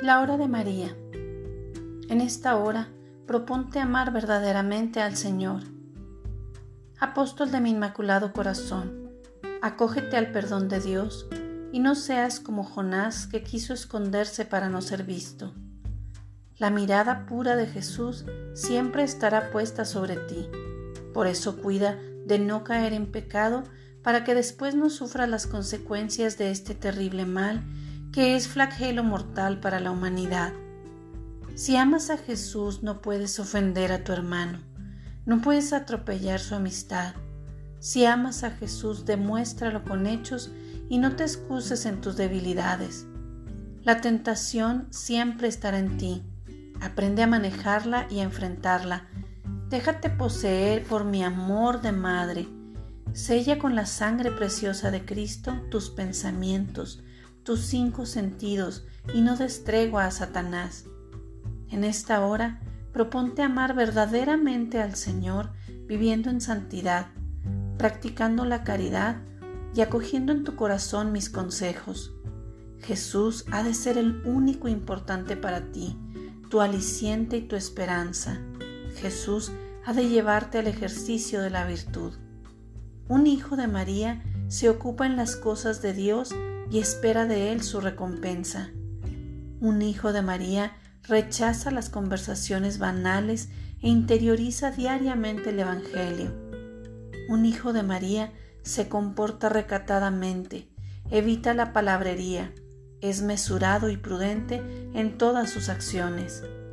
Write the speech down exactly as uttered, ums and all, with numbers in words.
La hora de María. En esta hora, proponte amar verdaderamente al Señor. Apóstol de mi Inmaculado Corazón, acógete al perdón de Dios y no seas como Jonás, que quiso esconderse para no ser visto. La mirada pura de Jesús siempre estará puesta sobre ti. Por eso cuida de no caer en pecado, para que después no sufras las consecuencias de este terrible mal que es flagelo mortal para la humanidad. Si amas a Jesús, no puedes ofender a tu hermano, no puedes atropellar su amistad. Si amas a Jesús, demuéstralo con hechos y no te excuses en tus debilidades. La tentación siempre estará en ti. Aprende a manejarla y a enfrentarla. Déjate poseer por mi amor de madre. Sella con la sangre preciosa de Cristo tus pensamientos, tus cinco sentidos, y no des tregua a Satanás. En esta hora, proponte amar verdaderamente al Señor, viviendo en santidad, practicando la caridad y acogiendo en tu corazón mis consejos. Jesús ha de ser el único importante para ti, tu aliciente y tu esperanza. Jesús ha de llevarte al ejercicio de la virtud. Un hijo de María se ocupa en las cosas de Dios y espera de Él su recompensa. Un hijo de María rechaza las conversaciones banales e interioriza diariamente el Evangelio. Un hijo de María se comporta recatadamente, evita la palabrería, es mesurado y prudente en todas sus acciones.